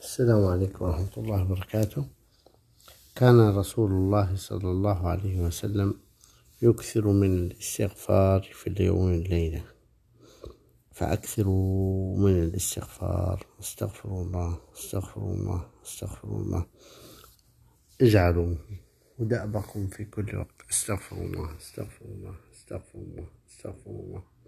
السلام عليكم ورحمة الله وبركاته. كان رسول الله صلى الله عليه وسلم يكثر من الاستغفار في اليوم والليلة، فأكثروا من الاستغفار. استغفر الله استغفر الله استغفر الله. اجعلوا ودأبكم في كل وقت استغفر الله استغفر الله استغفر الله استغفر الله.